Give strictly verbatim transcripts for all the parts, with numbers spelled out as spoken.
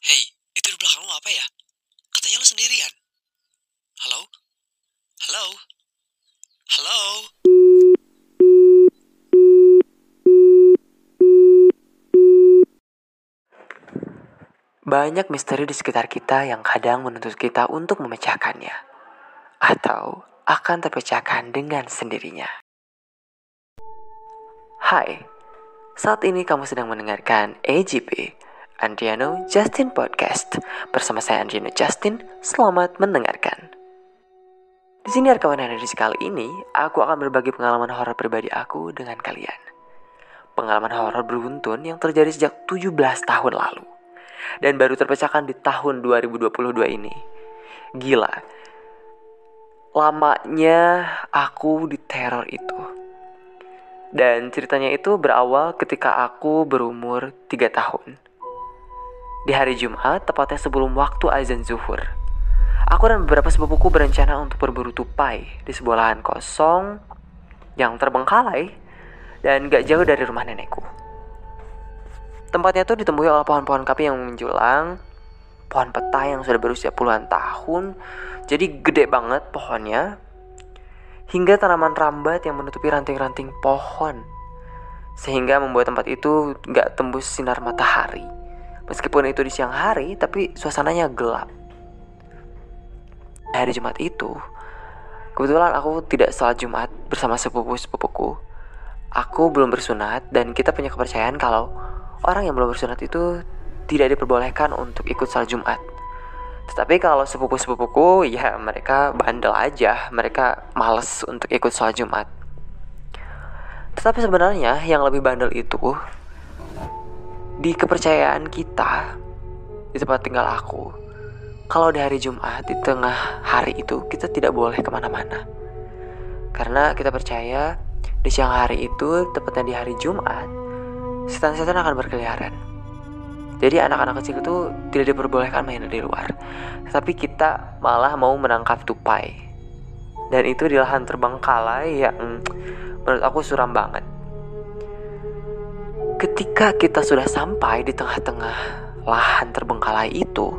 Hei, itu di belakang lu apa ya? Katanya lu sendirian. Halo? Halo? Halo? Banyak misteri di sekitar kita yang kadang menuntut kita untuk memecahkannya, atau akan terpecahkan dengan sendirinya. Hai, saat ini kamu sedang mendengarkan A J P, Andriano Justin Podcast. Bersama saya Andriano Justin, selamat mendengarkan. Di sini rekaman edisi kali ini, aku akan berbagi pengalaman horor pribadi aku dengan kalian. Pengalaman horor beruntun yang terjadi sejak tujuh belas tahun lalu. Dan baru terpecahkan di tahun dua ribu dua puluh dua ini. Gila. Lamanya aku diteror itu. Dan ceritanya itu berawal ketika aku berumur tiga tahun. Di hari Jumat, tepatnya sebelum waktu azan zuhur. Aku dan beberapa sepupuku berencana untuk berburu tupai di sebuah lahan kosong yang terbengkalai dan gak jauh dari rumah nenekku. Tempatnya tuh ditemui oleh pohon-pohon kapi yang menjulang, pohon petai yang sudah berusia puluhan tahun, jadi gede banget pohonnya, hingga tanaman rambat yang menutupi ranting-ranting pohon, sehingga membuat tempat itu gak tembus sinar matahari. Meskipun itu di siang hari, tapi suasananya gelap. Hari Jumat itu, kebetulan aku tidak salat Jumat bersama sepupu-sepupuku. Aku belum bersunat dan kita punya kepercayaan kalau orang yang belum bersunat itu tidak diperbolehkan untuk ikut salat Jumat. Tetapi kalau sepupu-sepupuku, ya mereka bandel aja. Mereka malas untuk ikut salat Jumat. Tetapi sebenarnya yang lebih bandel itu di kepercayaan kita di tempat tinggal aku. Kalau di hari Jumat, di tengah hari itu, kita tidak boleh kemana-mana. Karena kita percaya di siang hari itu, tepatnya di hari Jumat, setan-setan akan berkeliaran. Jadi anak-anak kecil itu tidak diperbolehkan main di luar. Tapi kita malah mau menangkap tupai. Dan itu di lahan terbengkalai yang menurut aku suram banget. Ketika kita sudah sampai di tengah-tengah lahan terbengkalai itu,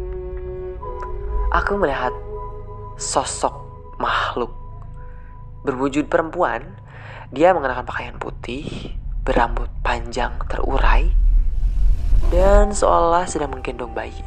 aku melihat sosok makhluk berwujud perempuan. Dia mengenakan pakaian putih, berambut panjang terurai, dan seolah sedang menggendong bayi.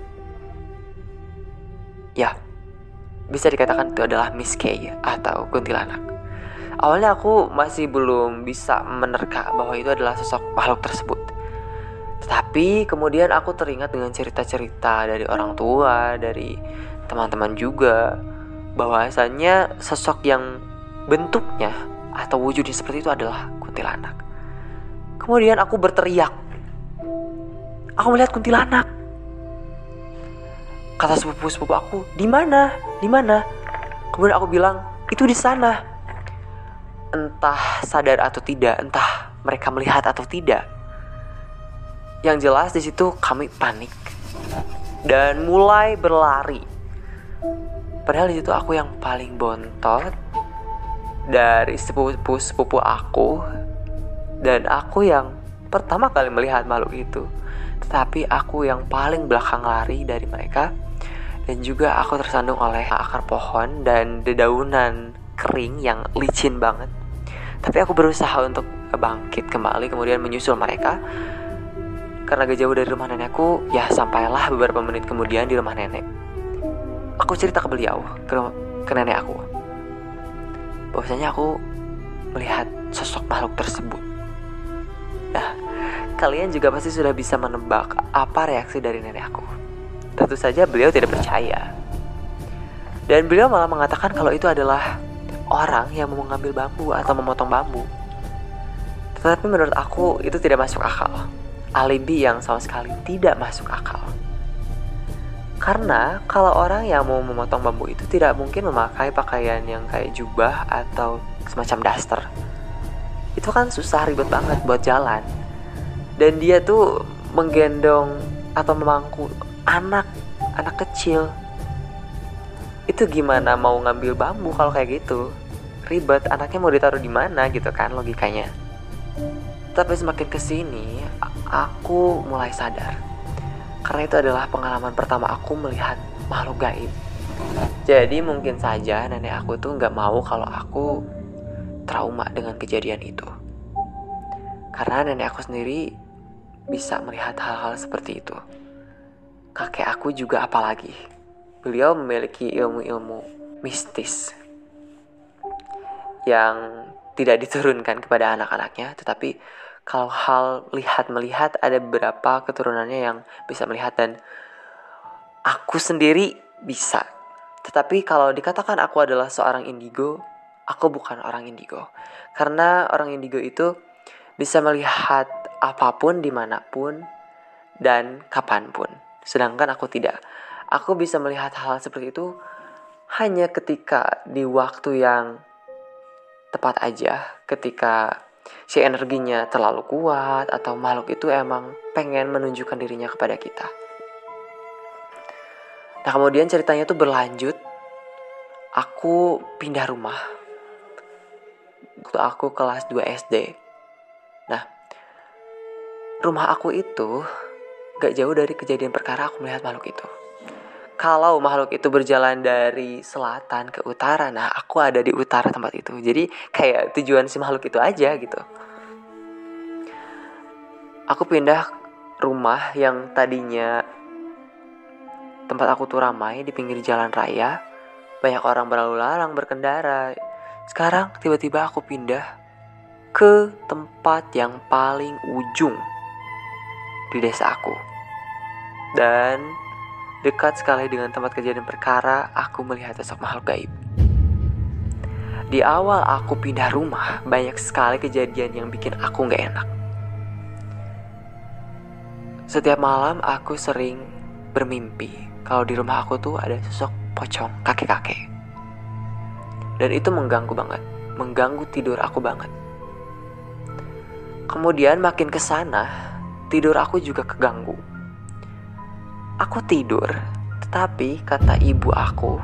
Ya, bisa dikatakan itu adalah Miss K atau kuntilanak. Awalnya aku masih belum bisa menerka bahwa itu adalah sosok makhluk tersebut. Tetapi kemudian aku teringat dengan cerita-cerita dari orang tua, dari teman-teman juga, bahwasanya sosok yang bentuknya atau wujudnya seperti itu adalah kuntilanak. Kemudian aku berteriak, aku melihat kuntilanak. Kata sepupu-sepupu aku, di mana? Di mana? Kemudian aku bilang, itu di sana. Entah sadar atau tidak, entah mereka melihat atau tidak. Yang jelas di situ kami panik dan mulai berlari. Padahal di situ aku yang paling bontot dari sepupu-sepupu aku, dan aku yang pertama kali melihat makhluk itu. Tetapi aku yang paling belakang lari dari mereka. Dan juga aku tersandung oleh akar pohon dan dedaunan kering yang licin banget. Tapi aku berusaha untuk bangkit kembali, kemudian menyusul mereka. Karena gak jauh dari rumah nenekku, ya sampailah beberapa menit kemudian di rumah nenek. Aku cerita ke beliau, ke, ke nenek aku, bahwasanya aku melihat sosok makhluk tersebut. Nah, kalian juga pasti sudah bisa menebak apa reaksi dari nenek aku. Tentu saja beliau tidak percaya. Dan beliau malah mengatakan kalau itu adalah orang yang mau mengambil bambu atau memotong bambu. Tetapi menurut aku itu tidak masuk akal. Alibi yang sama sekali tidak masuk akal. Karena kalau orang yang mau memotong bambu itu tidak mungkin memakai pakaian yang kayak jubah atau semacam daster. Itu kan susah, ribet banget buat jalan. Dan dia tuh menggendong atau memangku anak, anak kecil. Itu gimana mau ngambil bambu kalau kayak gitu? Ribet, anaknya mau ditaruh di mana gitu kan logikanya. Tapi semakin kesini, aku mulai sadar Karena itu adalah pengalaman pertama aku melihat makhluk gaib. Jadi mungkin saja nenek aku tuh gak mau kalau aku trauma dengan kejadian itu. Karena nenek aku sendiri bisa melihat hal-hal seperti itu. Kakek aku juga apalagi. Beliau memiliki ilmu-ilmu mistis yang tidak diturunkan kepada anak-anaknya. Tetapi kalau hal lihat-melihat, ada beberapa keturunannya yang bisa melihat, dan aku sendiri bisa. Tetapi kalau dikatakan aku adalah seorang indigo, aku bukan orang indigo. Karena orang indigo itu bisa melihat apapun, dimanapun, dan kapanpun. Sedangkan aku tidak. Aku bisa melihat hal seperti itu hanya ketika di waktu yang tepat aja. Ketika si energinya terlalu kuat, atau makhluk itu emang pengen menunjukkan dirinya kepada kita. Nah, kemudian ceritanya tuh berlanjut. Aku pindah rumah waktu aku kelas dua S D. Nah, rumah aku itu gak jauh dari kejadian perkara aku melihat makhluk itu. Kalau makhluk itu berjalan dari selatan ke utara, nah aku ada di utara tempat itu. Jadi kayak tujuan si makhluk itu aja gitu. Aku pindah rumah yang tadinya tempat aku tuh ramai di pinggir jalan raya. Banyak orang berlalu lalang, berkendara. Sekarang tiba-tiba aku pindah ke tempat yang paling ujung di desa aku. Dan dekat sekali dengan tempat kejadian perkara, aku melihat sosok makhluk gaib. Di awal aku pindah rumah, banyak sekali kejadian yang bikin aku gak enak. Setiap malam aku sering bermimpi kalau di rumah aku tuh ada sosok pocong kakek-kakek. Dan itu mengganggu banget, mengganggu tidur aku banget. Kemudian makin kesana, tidur aku juga keganggu. Aku tidur, tetapi kata ibu aku,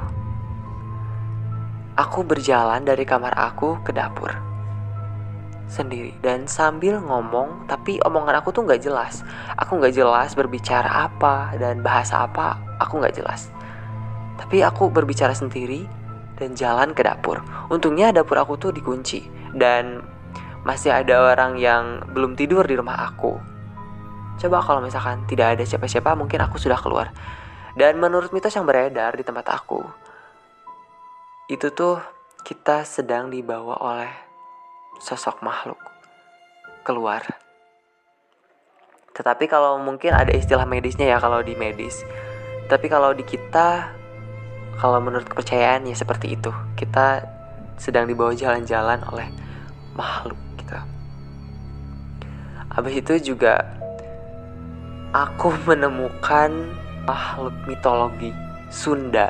aku berjalan dari kamar aku ke dapur sendiri. Dan sambil ngomong, tapi omongan aku tuh gak jelas. Aku gak jelas berbicara apa dan bahasa apa, aku gak jelas. Tapi aku berbicara sendiri dan jalan ke dapur. Untungnya dapur aku tuh dikunci, dan masih ada orang yang belum tidur di rumah aku. Coba kalau misalkan tidak ada siapa-siapa, mungkin aku sudah keluar. Dan menurut mitos yang beredar di tempat aku, itu tuh kita sedang dibawa oleh sosok makhluk keluar. Tetapi kalau mungkin ada istilah medisnya ya kalau di medis. Tapi kalau di kita, kalau menurut kepercayaan ya seperti itu. Kita sedang dibawa jalan-jalan oleh makhluk gitu. Habis itu juga aku menemukan makhluk mitologi Sunda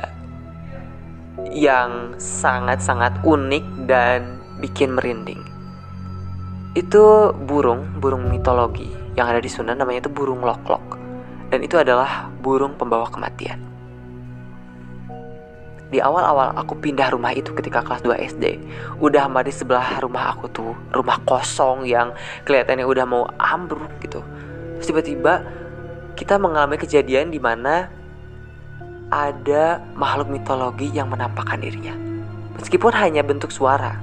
yang sangat-sangat unik dan bikin merinding. Itu burung, burung mitologi yang ada di Sunda, namanya itu burung loklok. Dan itu adalah burung pembawa kematian. Di awal-awal aku pindah rumah itu ketika kelas dua S D, udah sama di sebelah rumah aku tuh, rumah kosong yang kelihatannya udah mau ambruk gitu. Terus tiba-tiba kita mengalami kejadian di mana ada makhluk mitologi yang menampakkan dirinya, meskipun hanya bentuk suara.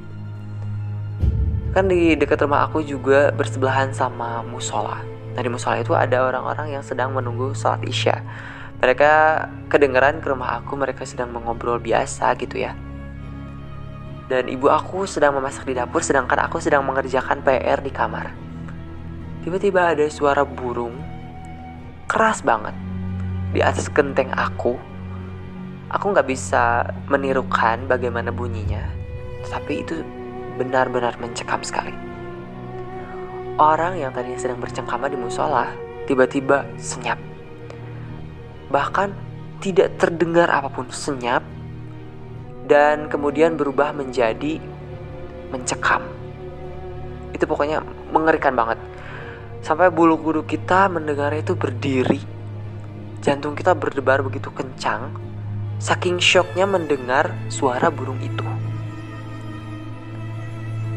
Kan di dekat rumah aku juga bersebelahan sama musola. Nah, di musola itu ada orang-orang yang sedang menunggu sholat isya. Mereka kedengeran ke rumah aku, mereka sedang mengobrol biasa gitu ya. Dan ibu aku sedang memasak di dapur, sedangkan aku sedang mengerjakan P R di kamar. Tiba-tiba ada suara burung keras banget di atas genteng aku. Aku gak bisa menirukan bagaimana bunyinya, tetapi itu benar-benar mencekam sekali. Orang yang tadinya sedang bercengkrama di musola tiba-tiba senyap. Bahkan tidak terdengar apapun, senyap. Dan kemudian berubah menjadi mencekam. Itu pokoknya mengerikan banget. Sampai bulu kuduk kita mendengar itu berdiri. Jantung kita berdebar begitu kencang, saking syoknya mendengar suara burung itu.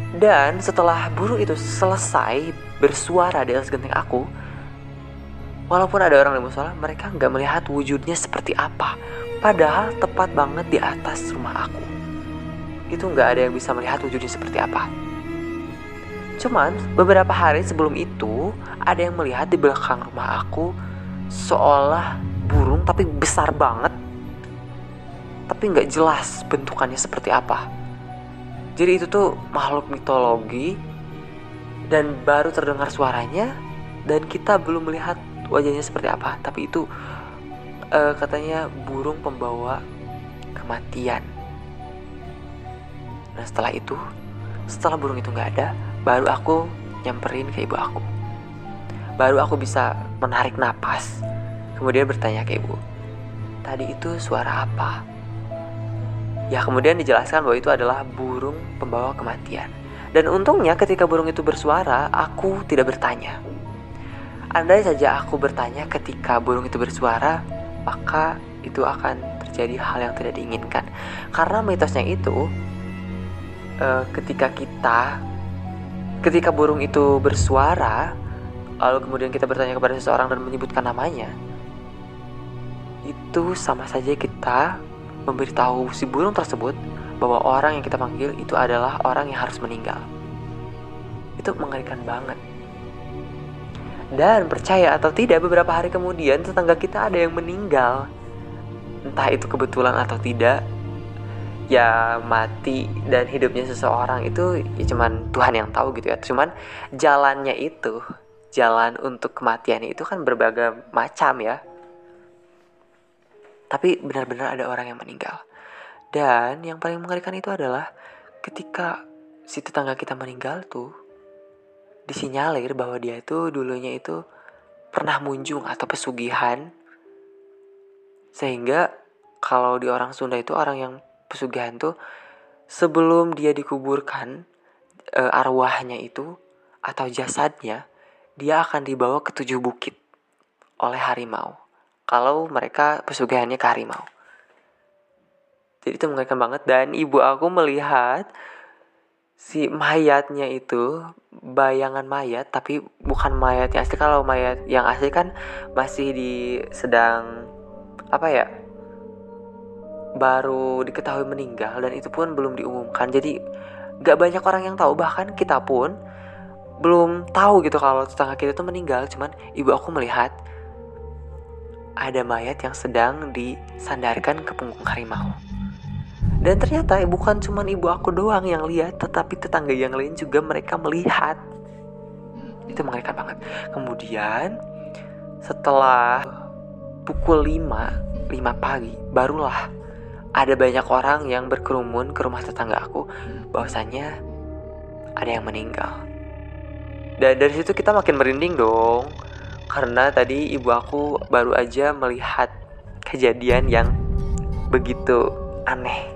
Dan setelah burung itu selesai bersuara di atas genteng aku, Walaupun ada orang di musola, mereka nggak melihat wujudnya seperti apa. Padahal tepat banget di atas rumah aku. Itu nggak ada yang bisa melihat wujudnya seperti apa. Cuman beberapa hari sebelum itu, ada yang melihat di belakang rumah aku seolah burung tapi besar banget, tapi nggak jelas bentukannya seperti apa. Jadi itu tuh makhluk mitologi, dan baru terdengar suaranya, dan kita belum melihat wajahnya seperti apa. Tapi itu uh, katanya burung pembawa kematian. Nah setelah itu, setelah burung itu nggak ada, baru aku nyamperin ke ibu aku. Baru aku bisa menarik napas, kemudian bertanya ke ibu, tadi itu suara apa? Ya kemudian dijelaskan bahwa itu adalah burung pembawa kematian. Dan untungnya ketika burung itu bersuara, aku tidak bertanya. Andai saja aku bertanya ketika burung itu bersuara, maka itu akan terjadi hal yang tidak diinginkan. Karena mitosnya itu, uh, ketika kita, ketika burung itu bersuara, lalu kemudian kita bertanya kepada seseorang dan menyebutkan namanya, itu sama saja kita memberitahu si burung tersebut bahwa orang yang kita panggil itu adalah orang yang harus meninggal. Itu mengerikan banget. Dan percaya atau tidak, beberapa hari kemudian tetangga kita ada yang meninggal. Entah itu kebetulan atau tidak, ya mati dan hidupnya seseorang itu ya cuman Tuhan yang tahu gitu ya. Cuman jalannya itu, jalan untuk kematiannya itu kan berbagai macam ya. Tapi benar-benar ada orang yang meninggal. Dan yang paling mengerikan itu adalah ketika si tetangga kita meninggal tuh, disinyalir bahwa dia itu dulunya itu pernah munjung atau pesugihan. Sehingga kalau di orang Sunda itu orang yang pesugihan tuh, sebelum dia dikuburkan, e, arwahnya itu atau jasadnya, dia akan dibawa ke tujuh bukit oleh harimau. Kalau mereka pesugihannya ke harimau. Jadi itu mengerikan banget. Dan ibu aku melihat si mayatnya itu bayangan mayat, tapi bukan mayat yang asli. Kalau mayat yang asli kan masih di sedang apa ya, baru diketahui meninggal, dan itu pun belum diumumkan. Jadi gak banyak orang yang tahu, bahkan kita pun belum tahu gitu kalau tetangga kita itu meninggal. Cuman ibu aku melihat ada mayat yang sedang disandarkan ke punggung harimau. Dan ternyata bukan cuma ibu aku doang yang lihat, tetapi tetangga yang lain juga mereka melihat. Itu mengerikan banget. Kemudian setelah pukul lima pagi, barulah ada banyak orang yang berkerumun ke rumah tetangga aku, bahwasannya ada yang meninggal. Dan dari situ kita makin merinding dong, karena tadi ibu aku baru aja melihat kejadian yang begitu aneh.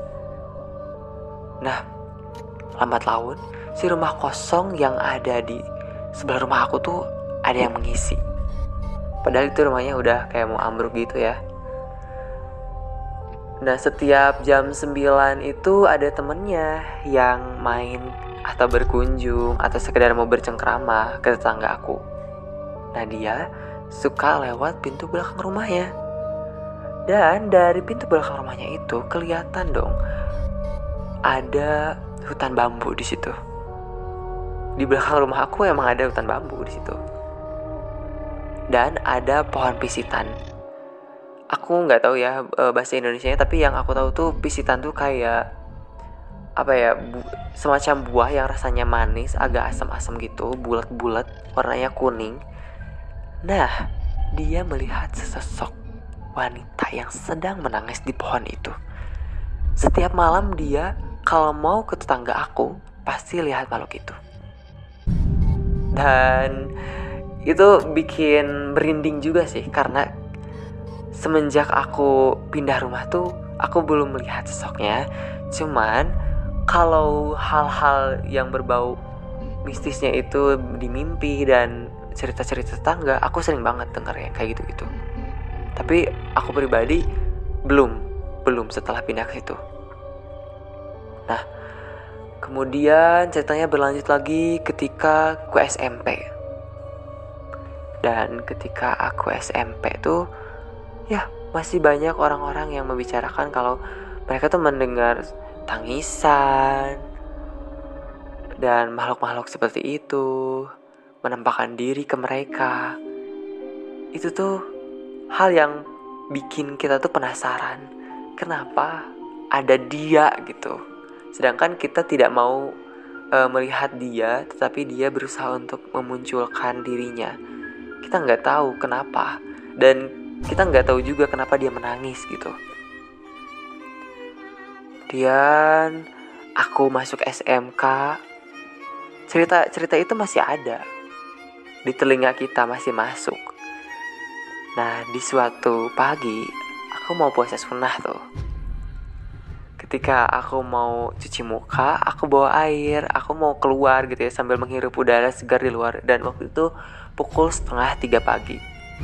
Nah, lambat laun si rumah kosong yang ada di sebelah rumah aku tuh ada yang mengisi. Padahal itu rumahnya udah kayak mau ambruk gitu ya. Nah, setiap jam sembilan itu ada temennya yang main atau berkunjung atau sekedar mau bercengkrama ke tetangga aku. Nah, dia suka lewat pintu belakang rumahnya. Dan dari pintu belakang rumahnya itu kelihatan dong ada hutan bambu di situ. Di belakang rumah aku emang ada hutan bambu di situ. Dan ada pohon pisitan. Aku nggak tahu ya bahasa Indonesianya, tapi yang aku tahu tuh pisitan tuh kayak apa ya, bu, semacam buah yang rasanya manis, agak asam-asam gitu, bulat-bulat, warnanya kuning. Nah, dia melihat sesosok wanita yang sedang menangis di pohon itu. Setiap malam dia kalau mau ke tetangga aku pasti lihat makhluk itu. Dan itu bikin merinding juga sih, karena semenjak aku pindah rumah tuh aku belum melihat sosoknya. Cuman kalau hal-hal yang berbau mistisnya itu di mimpi dan cerita-cerita tetangga, aku sering banget denger yang kayak gitu-gitu. Tapi aku pribadi belum belum setelah pindah ke situ. Nah, kemudian ceritanya berlanjut lagi ketika ku S M P. Dan ketika aku S M P tuh, ya masih banyak orang-orang yang membicarakan kalau mereka tuh mendengar tangisan dan makhluk-makhluk seperti itu menampakkan diri ke mereka. Itu tuh hal yang bikin kita tuh penasaran, kenapa ada dia gitu. Sedangkan kita tidak mau e, melihat dia, tetapi dia berusaha untuk memunculkan dirinya. Kita nggak tahu kenapa, dan kita nggak tahu juga kenapa dia menangis gitu. Kemudian aku masuk S M K, cerita-cerita itu masih ada di telinga kita, masih masuk. Nah, di suatu pagi aku mau puasa sunnah tuh. Ketika aku mau cuci muka, aku bawa air, aku mau keluar gitu ya sambil menghirup udara segar di luar. Dan waktu itu pukul setengah tiga pagi.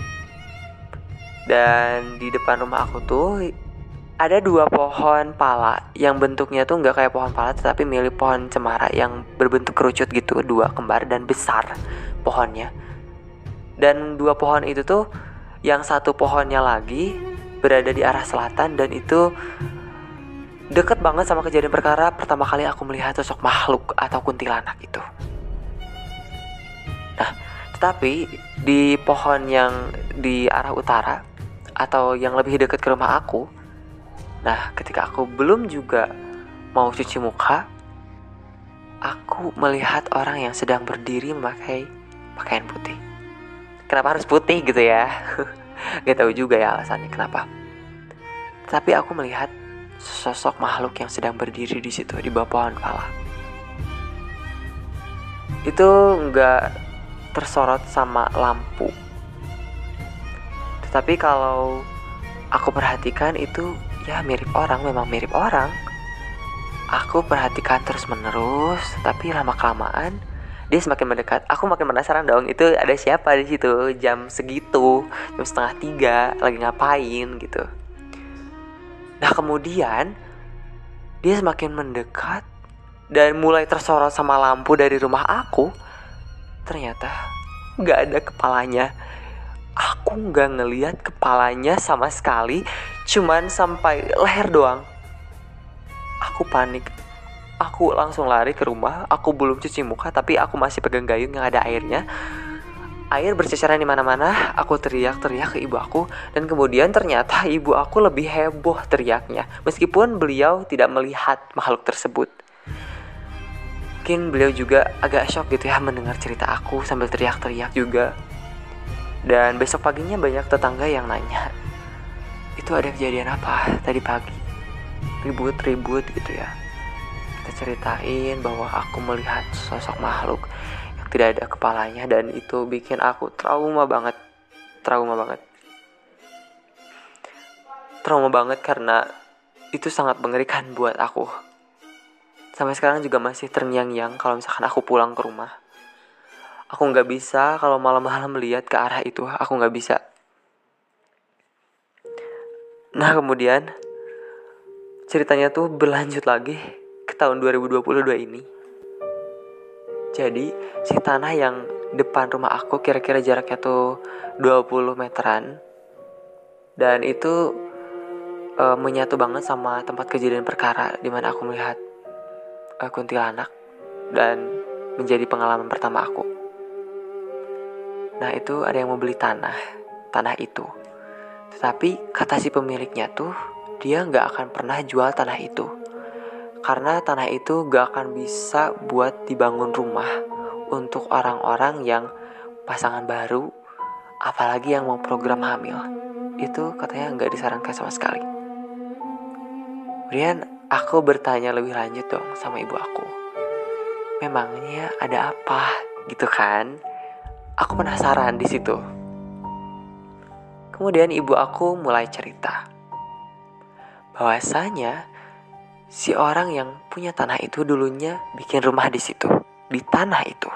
Dan di depan rumah aku tuh ada dua pohon pala yang bentuknya tuh nggak kayak pohon pala, tetapi mirip pohon cemara yang berbentuk kerucut gitu, dua kembar dan besar pohonnya. Dan dua pohon itu tuh, yang satu pohonnya lagi berada di arah selatan, dan itu deket banget sama kejadian perkara pertama kali aku melihat sosok makhluk atau kuntilanak itu. Nah, tetapi di pohon yang di arah utara atau yang lebih dekat ke rumah aku, nah ketika aku belum juga mau cuci muka, aku melihat orang yang sedang berdiri memakai pakaian putih. Kenapa harus putih gitu ya? Gak tahu juga ya alasannya kenapa. Tapi aku melihat sosok makhluk yang sedang berdiri di situ di bawah pohon pala. Itu nggak tersorot sama lampu. Tetapi kalau aku perhatikan itu ya mirip orang, memang mirip orang. Aku perhatikan terus menerus, tapi lama kelamaan dia semakin mendekat. Aku makin penasaran dong, itu ada siapa di situ jam segitu, jam setengah tiga, lagi ngapain gitu. Nah kemudian dia semakin mendekat dan mulai tersorot sama lampu dari rumah aku. Ternyata gak ada kepalanya. Aku gak ngelihat kepalanya sama sekali, cuman sampai leher doang. Aku panik. Aku langsung lari ke rumah. Aku belum cuci muka, tapi aku masih pegang gayung yang ada airnya. Air berceceran di mana-mana. Aku teriak-teriak ke ibu aku, dan kemudian ternyata ibu aku lebih heboh teriaknya, meskipun beliau tidak melihat makhluk tersebut. Mungkin beliau juga agak shock gitu ya mendengar cerita aku sambil teriak-teriak juga. Dan besok paginya banyak tetangga yang nanya, itu ada kejadian apa tadi pagi? Ribut-ribut gitu ya. Kita ceritain bahwa aku melihat sosok makhluk tidak ada kepalanya, dan itu bikin aku trauma banget. Trauma banget. Trauma banget karena itu sangat mengerikan buat aku. Sampai sekarang juga masih terngiang-ngiang kalau misalkan aku pulang ke rumah. Aku gak bisa kalau malam-malam melihat ke arah itu. Aku gak bisa. Nah kemudian ceritanya tuh berlanjut lagi ke tahun dua ribu dua puluh dua ini. Jadi si tanah yang depan rumah aku kira-kira jaraknya tuh dua puluh meteran. Dan itu e, menyatu banget sama tempat kejadian perkara di mana aku melihat e, kuntilanak. Dan menjadi pengalaman pertama aku. Nah itu ada yang mau beli tanah. Tanah itu. Tetapi kata si pemiliknya tuh, dia gak akan pernah jual tanah itu. Karena tanah itu gak akan bisa buat dibangun rumah untuk orang-orang yang pasangan baru, apalagi yang mau program hamil. Itu katanya gak disarankan sama sekali. Kemudian aku bertanya lebih lanjut dong sama ibu aku. Memangnya ada apa gitu kan? Aku penasaran di situ. Kemudian ibu aku mulai cerita bahwasanya si orang yang punya tanah itu dulunya bikin rumah di situ, di tanah itu.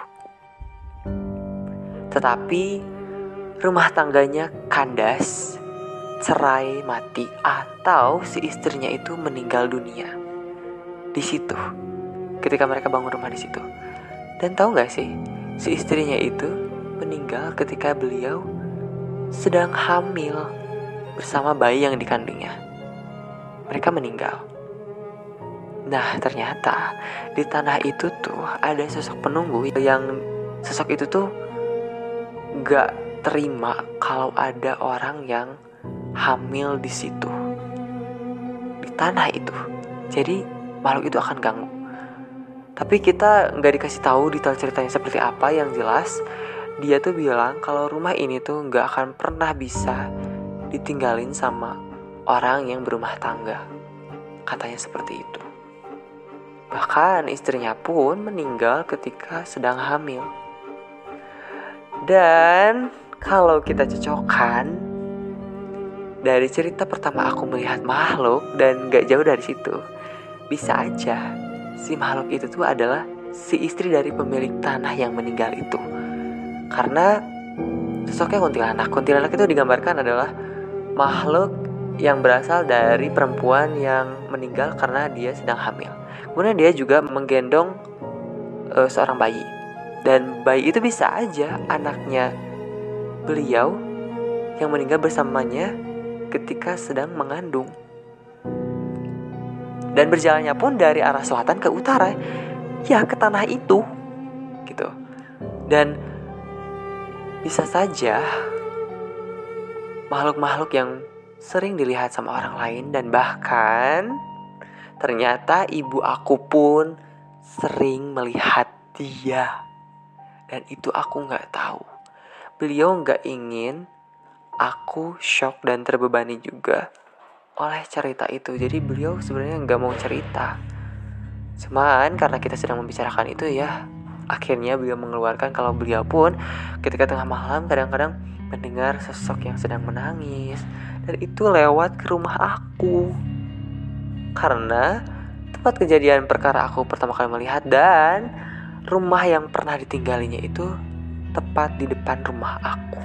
Tetapi rumah tangganya kandas, cerai, mati, atau si istrinya itu meninggal dunia di situ ketika mereka bangun rumah di situ. Dan tahu nggak sih, si istrinya itu meninggal ketika beliau sedang hamil bersama bayi yang dikandungnya. Mereka meninggal. Nah, ternyata di tanah itu tuh ada sosok penunggu yang sosok itu tuh gak terima kalau ada orang yang hamil di situ, di tanah itu. Jadi makhluk itu akan ganggu. Tapi kita gak dikasih tahu detail ceritanya seperti apa. Yang jelas dia tuh bilang kalau rumah ini tuh gak akan pernah bisa ditinggalin sama orang yang berumah tangga. Katanya seperti itu. Bahkan istrinya pun meninggal ketika sedang hamil. Dan kalau kita cocokkan dari cerita pertama aku melihat makhluk dan gak jauh dari situ, bisa aja si makhluk itu tuh adalah si istri dari pemilik tanah yang meninggal itu. Karena sosoknya kuntilanak. Kuntilanak itu digambarkan adalah makhluk yang berasal dari perempuan yang meninggal karena dia sedang hamil. Kemudian dia juga menggendong uh, seorang bayi. Dan bayi itu bisa aja anaknya beliau yang meninggal bersamanya ketika sedang mengandung. Dan berjalannya pun dari arah selatan ke utara, ya ke tanah itu gitu. Dan bisa saja makhluk-makhluk yang sering dilihat sama orang lain. Dan bahkan ternyata ibu aku pun sering melihat dia. Dan itu aku gak tahu. Beliau gak ingin aku shock dan terbebani juga oleh cerita itu. Jadi beliau sebenarnya gak mau cerita. Cuman karena kita sedang membicarakan itu ya, akhirnya beliau mengeluarkan kalau beliau pun ketika tengah malam kadang-kadang mendengar sosok yang sedang menangis. Dan itu lewat ke rumah aku. Karena tempat kejadian perkara aku pertama kali melihat, dan rumah yang pernah ditinggalinya itu tepat di depan rumah aku.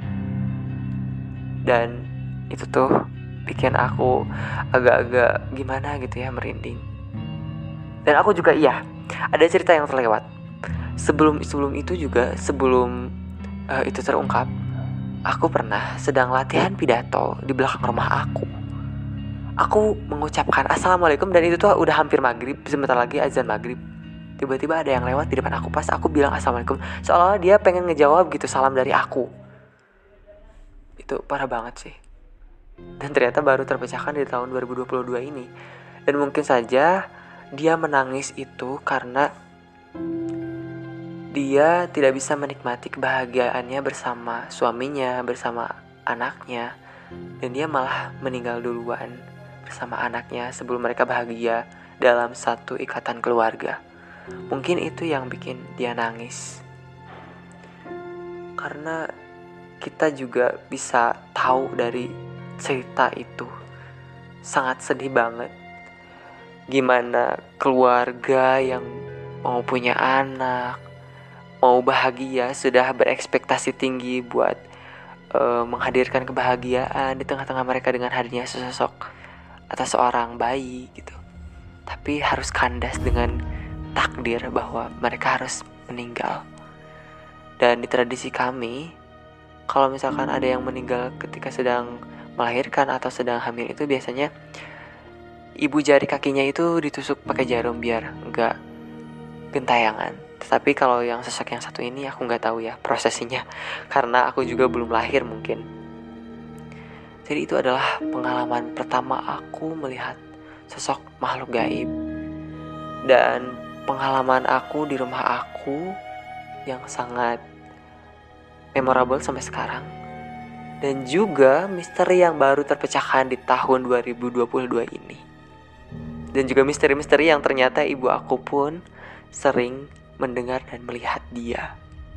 Dan itu tuh bikin aku agak-agak gimana gitu ya, merinding. Dan aku juga iya, ada cerita yang terlewat. Sebelum sebelum itu juga, sebelum uh, itu terungkap, aku pernah sedang latihan pidato di belakang rumah aku. Aku mengucapkan assalamualaikum dan itu tuh udah hampir maghrib, sebentar lagi azan maghrib. Tiba-tiba ada yang lewat di depan aku pas aku bilang assalamualaikum, seolah-olah dia pengen ngejawab gitu, salam dari aku. Itu parah banget sih. Dan ternyata baru terpecahkan di tahun dua ribu dua puluh dua ini. Dan mungkin saja dia menangis itu karena dia tidak bisa menikmati kebahagiaannya bersama suaminya, bersama anaknya. Dan dia malah meninggal duluan bersama anaknya sebelum mereka bahagia dalam satu ikatan keluarga. Mungkin itu yang bikin dia nangis. Karena kita juga bisa tahu dari cerita itu, sangat sedih banget. Gimana keluarga yang mau punya anak, mau bahagia, sudah berekspektasi tinggi buat uh, menghadirkan kebahagiaan di tengah-tengah mereka dengan hadirnya sesosok atau seorang bayi gitu. Tapi harus kandas dengan takdir bahwa mereka harus meninggal. Dan di tradisi kami, kalau misalkan ada yang meninggal ketika sedang melahirkan atau sedang hamil, itu biasanya ibu jari kakinya itu ditusuk pakai jarum biar enggak gentayangan. Tetapi kalau yang sosok yang satu ini aku enggak tahu ya prosesinya, karena aku juga belum lahir mungkin. Jadi itu adalah pengalaman pertama aku melihat sosok makhluk gaib. Dan pengalaman aku di rumah aku yang sangat memorable sampai sekarang. Dan juga misteri yang baru terpecahkan di tahun dua ribu dua puluh dua ini. Dan juga misteri-misteri yang ternyata ibu aku pun sering mendengar dan melihat dia.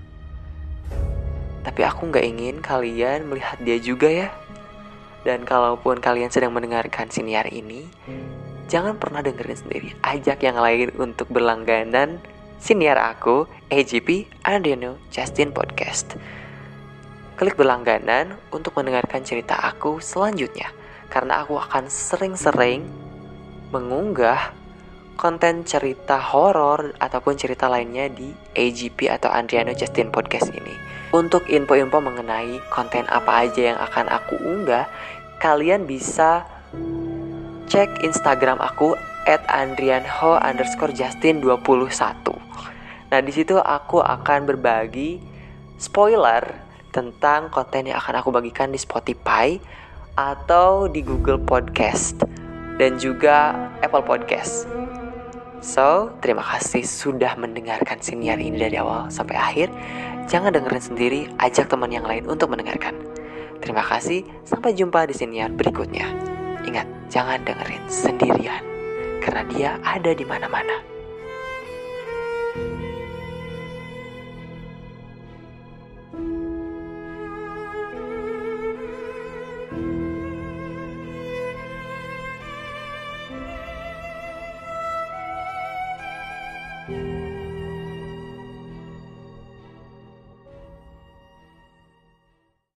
Tapi aku gak ingin kalian melihat dia juga ya. Dan kalaupun kalian sedang mendengarkan siniar ini, jangan pernah dengerin sendiri. Ajak yang lain untuk berlangganan siniar aku, A G P Andriano Justin Podcast. Klik berlangganan untuk mendengarkan cerita aku selanjutnya. Karena aku akan sering-sering mengunggah konten cerita horor ataupun cerita lainnya di A G P atau Andriano Justin Podcast ini. Untuk info-info mengenai konten apa aja yang akan aku unggah, kalian bisa cek Instagram aku at andrianho underscore justin dua puluh satu. Nah, di situ aku akan berbagi spoiler tentang konten yang akan aku bagikan di Spotify atau di Google Podcast dan juga Apple Podcast. So, terima kasih sudah mendengarkan siniar ini dari awal sampai akhir. Jangan dengerin sendiri, ajak teman yang lain untuk mendengarkan. Terima kasih, sampai jumpa di siniar berikutnya. Ingat, jangan dengerin sendirian, karena dia ada di mana-mana.